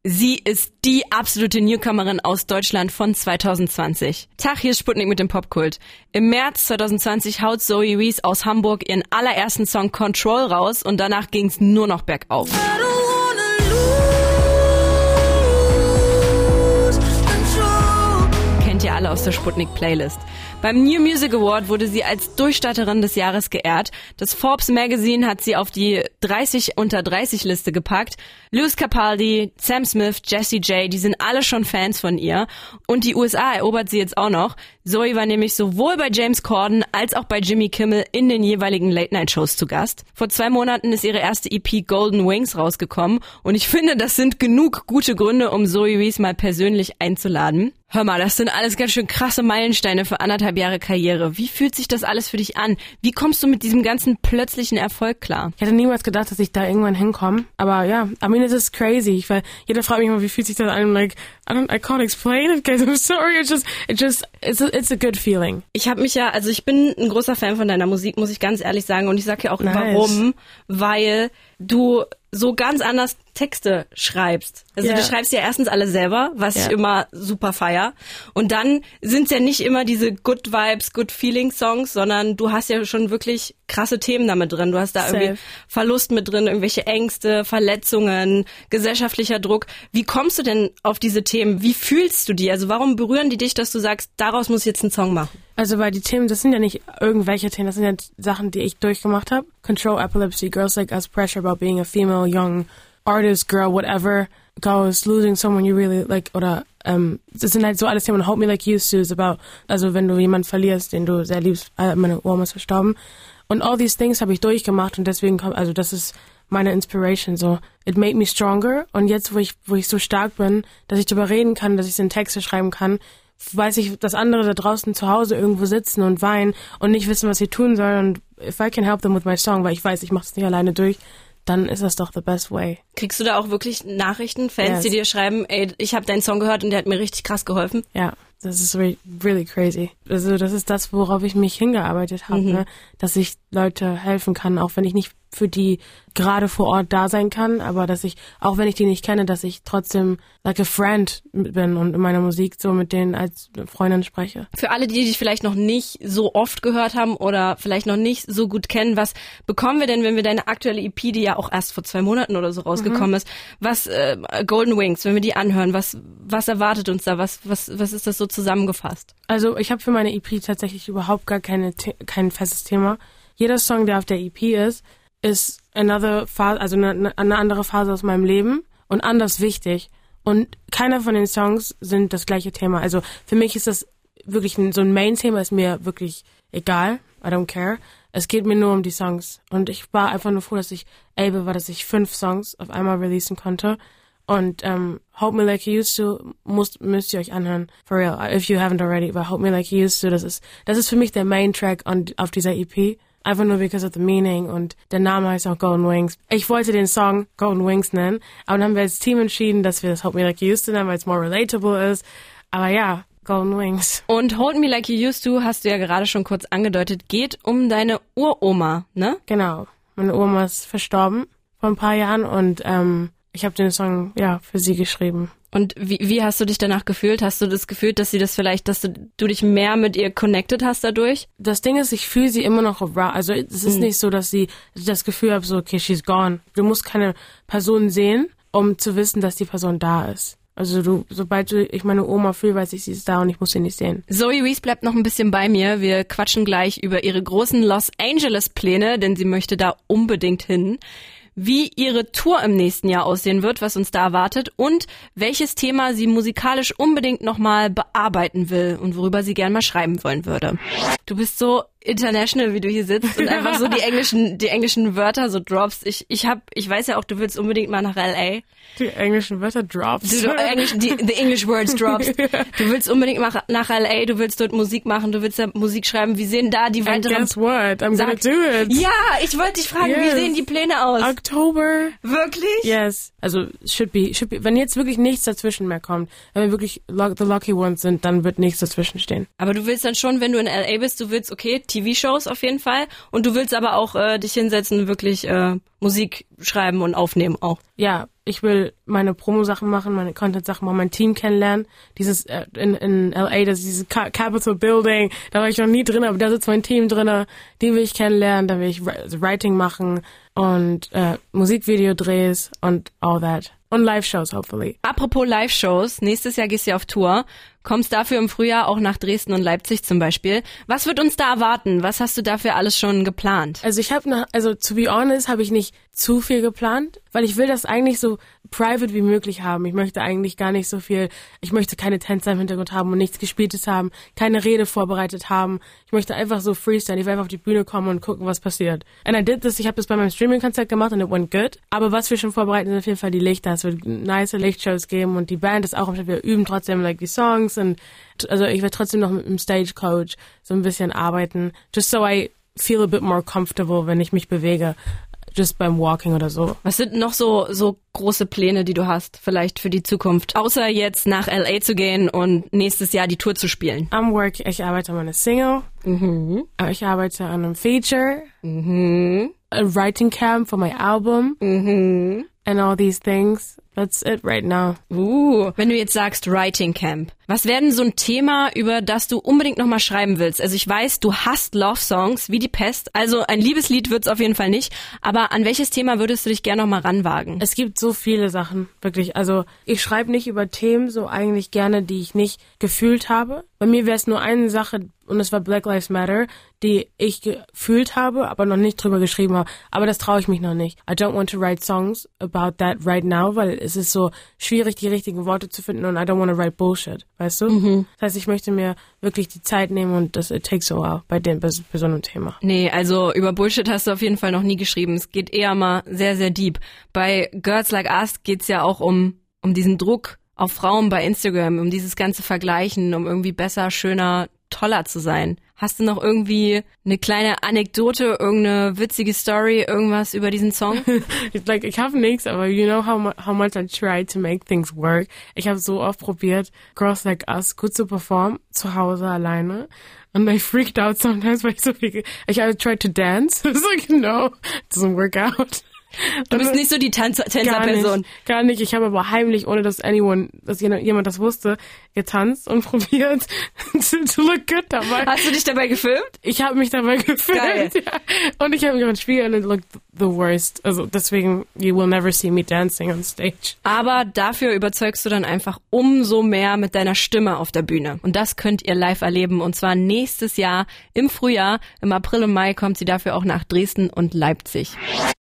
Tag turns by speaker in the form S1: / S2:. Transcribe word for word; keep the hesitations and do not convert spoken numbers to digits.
S1: Sie ist die absolute Newcomerin aus Deutschland von zwanzig zwanzig. Tag, hier ist Sputnik mit dem Popkult. Im März zwanzig zwanzig haut Zoe Wees aus Hamburg ihren allerersten Song Control raus und danach ging's nur noch bergauf. Kennt ihr alle aus der Sputnik-Playlist. Beim New Music Award wurde sie als Durchstarterin des Jahres geehrt. Das Forbes Magazine hat sie auf die dreißig unter dreißig Liste gepackt. Lewis Capaldi, Sam Smith, Jessie J, die sind alle schon Fans von ihr. Und die U S A erobert sie jetzt auch noch. Zoe war nämlich sowohl bei James Corden als auch bei Jimmy Kimmel in den jeweiligen Late-Night-Shows zu Gast. Vor zwei Monaten ist ihre erste E P Golden Wings rausgekommen. Und ich finde, das sind genug gute Gründe, um Zoe Wees mal persönlich einzuladen. Hör mal, das sind alles ganz schön krasse Meilensteine für anderthalb Jahre Karriere. Wie fühlt sich das alles für dich an? Wie kommst du mit diesem ganzen plötzlichen Erfolg klar?
S2: Ich hätte niemals gedacht, dass ich da irgendwann hinkomme. Aber ja, I mean, it is crazy. Weil jeder fragt mich immer, wie fühlt sich das an? I'm like, I don't, I can't explain it, guys. I'm sorry. It's just, it just, it's a, it's a good feeling.
S1: Ich habe mich ja, also ich bin ein großer Fan von deiner Musik, muss ich ganz ehrlich sagen. Und ich sag ja auch nice. Warum. Weil du so ganz anders Texte schreibst. Also yeah. Du schreibst ja erstens alle selber, was yeah. ich immer super feier. Und dann sind es ja nicht immer diese Good Vibes, Good Feeling Songs, sondern du hast ja schon wirklich krasse Themen damit drin. Du hast da Safe. Irgendwie Verlust mit drin, irgendwelche Ängste, Verletzungen, gesellschaftlicher Druck. Wie kommst du denn auf diese Themen? Wie fühlst du die? Also warum berühren die dich, dass du sagst, daraus muss ich jetzt einen Song machen?
S2: Also weil die Themen, das sind ja nicht irgendwelche Themen, das sind ja Sachen, die ich durchgemacht habe. Control Epilepsy, Girls Like Us, Pressure about being a female, young artist, girl, whatever, goes, losing someone you really like, oder ähm, das sind halt so alles Themen. Hope Me Like You Used To is about, also wenn du jemanden verlierst, den du sehr liebst, äh, meine Oma ist verstorben. Und all these things habe ich durchgemacht und deswegen kommt, also das ist meine Inspiration, so. It made me stronger und jetzt, wo ich, wo ich so stark bin, dass ich darüber reden kann, dass ich in Texte schreiben kann, weiß ich, dass andere da draußen zu Hause irgendwo sitzen und weinen und nicht wissen, was sie tun sollen. Und if I can help them with my song, weil ich weiß, ich mache es nicht alleine durch, dann ist das doch the best way.
S1: Kriegst du da auch wirklich Nachrichten, Fans, yes. die dir schreiben, ey, ich habe deinen Song gehört und der hat mir richtig krass geholfen?
S2: Ja, das ist really, really crazy. Also das ist das, worauf ich mich hingearbeitet habe, mhm. ne? Dass ich Leute helfen kann, auch wenn ich nicht für die gerade vor Ort da sein kann, aber dass ich, auch wenn ich die nicht kenne, dass ich trotzdem like a friend bin und in meiner Musik so mit denen als Freundin spreche.
S1: Für alle, die dich vielleicht noch nicht so oft gehört haben oder vielleicht noch nicht so gut kennen, was bekommen wir denn, wenn wir deine aktuelle E P, die ja auch erst vor zwei Monaten oder so rausgekommen mhm. ist, was äh, Golden Wings, wenn wir die anhören, was was erwartet uns da, was was was ist das so zusammengefasst?
S2: Also ich habe für meine E P tatsächlich überhaupt gar keine kein festes Thema. Jeder Song, der auf der E P ist, ist another Phase, also eine, eine andere Phase aus meinem Leben und anders wichtig. Und keiner von den Songs sind das gleiche Thema. Also für mich ist das wirklich ein, so ein Main-Thema, ist mir wirklich egal. I don't care. Es geht mir nur um die Songs. Und ich war einfach nur froh, dass ich able war, dass ich fünf Songs auf einmal releasen konnte. Und um, Hope Me Like You Used To müsst, müsst ihr euch anhören. For real, if you haven't already. But Hope Me Like You Used To, das ist, das ist für mich der Main-Track on, auf dieser E P. Einfach nur because of the meaning und der Name heißt auch Golden Wings. Ich wollte den Song Golden Wings nennen, aber dann haben wir als Team entschieden, dass wir das Hold Me Like You Used To nennen, weil es more relatable ist. Aber ja, Golden Wings.
S1: Und Hold Me Like You Used To, hast du ja gerade schon kurz angedeutet, geht um deine Uroma, ne?
S2: Genau. Meine Oma ist verstorben vor ein paar Jahren und ähm, ich habe den Song ja für sie geschrieben.
S1: Und wie, wie hast du dich danach gefühlt? Hast du das Gefühl, dass sie das vielleicht, dass du, du dich mehr mit ihr connected hast dadurch?
S2: Das Ding ist, ich fühle sie immer noch around. Also es ist mhm. nicht so, dass sie dass ich das Gefühl habe, so okay, she's gone. Du musst keine Person sehen, um zu wissen, dass die Person da ist. Also du, sobald du, ich meine Oma fühle, weiß ich, sie ist da und ich muss sie nicht sehen.
S1: Zoe Wees bleibt noch ein bisschen bei mir. Wir quatschen gleich über ihre großen Los Angeles Pläne, denn sie möchte da unbedingt hin. Wie ihre Tour im nächsten Jahr aussehen wird, was uns da erwartet und welches Thema sie musikalisch unbedingt nochmal bearbeiten will und worüber sie gern mal schreiben wollen würde. Du bist so international, wie du hier sitzt und einfach so die englischen die englischen Wörter so droppst. Ich ich hab ich weiß ja auch, du willst unbedingt mal nach L A.
S2: Die englischen Wörter droppst.
S1: Du, du Englisch, die the English words droppst. Du willst unbedingt mal nach L A, du willst dort Musik machen, du willst da Musik schreiben. Wie sehen da die weiteren...
S2: And guess what? I'm Sag, gonna do it.
S1: Ja, ich wollte dich fragen, yes. Wie sehen die Pläne aus?
S2: Oktober.
S1: Wirklich?
S2: Yes. Also should be, should be. Wenn jetzt wirklich nichts dazwischen mehr kommt, wenn wir wirklich the lucky ones sind, dann wird nichts dazwischen stehen.
S1: Aber du willst dann schon, wenn du in L A bist, du willst, okay, T V-Shows auf jeden Fall. Und du willst aber auch äh, dich hinsetzen, wirklich äh, Musik schreiben und aufnehmen auch.
S2: Ja, ich will meine Promo-Sachen machen, meine Content-Sachen machen, mein Team kennenlernen. Dieses äh, in, in L A, das ist dieses Ca- Capitol Building, da war ich noch nie drin, aber da sitzt mein Team drin, die will ich kennenlernen, da will ich Writing machen und äh, Musikvideo-Drehs und all that. Und Live-Shows, hopefully.
S1: Apropos Live-Shows, nächstes Jahr gehst du ja auf Tour, kommst dafür im Frühjahr auch nach Dresden und Leipzig zum Beispiel. Was wird uns da erwarten? Was hast du dafür alles schon geplant?
S2: Also ich habe noch, also to be honest, habe ich nicht zu viel geplant, weil ich will das eigentlich so private wie möglich haben. Ich möchte eigentlich gar nicht so viel, ich möchte keine Tänzer im Hintergrund haben und nichts Gespieltes haben, keine Rede vorbereitet haben. Ich möchte einfach so freestyle, ich will einfach auf die Bühne kommen und gucken, was passiert. And I did this, ich habe das bei meinem Streaming-Konzert gemacht und it went good. Aber was wir schon vorbereiten, sind auf jeden Fall die Lichter. Es wird nice Lichtshows geben und die Band ist auch am Start. Wir üben trotzdem like die Songs und also ich werde trotzdem noch mit dem Stagecoach so ein bisschen arbeiten, just so I feel a bit more comfortable, wenn ich mich bewege, just beim Walking oder so.
S1: Was sind noch so so große Pläne, die du hast, vielleicht für die Zukunft, außer jetzt nach L A zu gehen und nächstes Jahr die Tour zu spielen?
S2: I'm work, ich arbeite an einer Single,
S1: Mhm.
S2: ich arbeite an einem Feature,
S1: Mhm.
S2: a writing camp for my album
S1: Mhm.
S2: and all these things. That's it right now.
S1: Uh, wenn du jetzt sagst Writing Camp, was wäre denn so ein Thema, über das du unbedingt nochmal schreiben willst? Also ich weiß, du hast Love-Songs wie die Pest, also ein Liebeslied wird's auf jeden Fall nicht, aber an welches Thema würdest du dich gerne nochmal ranwagen?
S2: Es gibt so viele Sachen, wirklich. Also ich schreibe nicht über Themen so eigentlich gerne, die ich nicht gefühlt habe. Bei mir wäre es nur eine Sache, und es war Black Lives Matter, die ich gefühlt habe, aber noch nicht drüber geschrieben habe. Aber das traue ich mich noch nicht. I don't want to write songs about that right now, weil es ist so schwierig, die richtigen Worte zu finden und I don't want to write bullshit, weißt du? Mhm. Das heißt, ich möchte mir wirklich die Zeit nehmen und das it takes a while bei, dem, bei, bei so einem Thema.
S1: Nee, also über Bullshit hast du auf jeden Fall noch nie geschrieben. Es geht eher mal sehr, sehr deep. Bei Girls Like Us geht's ja auch um, um diesen Druck auf Frauen bei Instagram, um dieses ganze Vergleichen, um irgendwie besser, schöner, toller zu sein. Hast du noch irgendwie eine kleine Anekdote, irgendeine witzige Story, irgendwas über diesen Song?
S2: like, ich habe nichts, aber you know how, mu- how much I try to make things work. Ich habe so oft probiert, Girls Like Us gut zu performen, zu Hause alleine. And I freaked out sometimes, weil ich so viel... Ich I tried to dance. It's like, no, it doesn't work out.
S1: Du bist nicht so die Tanz- Tänzerperson.
S2: Gar nicht, gar nicht. Ich habe aber heimlich, ohne dass anyone, dass jemand das wusste, getanzt und probiert to, to look good dabei.
S1: Hast du dich dabei gefilmt?
S2: Ich habe mich dabei gefilmt. Ja. Und ich habe mich auch gespielt und it looked the worst. Also deswegen, you will never see me dancing on stage.
S1: Aber dafür überzeugst du dann einfach umso mehr mit deiner Stimme auf der Bühne. Und das könnt ihr live erleben. Und zwar nächstes Jahr im Frühjahr. Im April und Mai kommt sie dafür auch nach Dresden und Leipzig.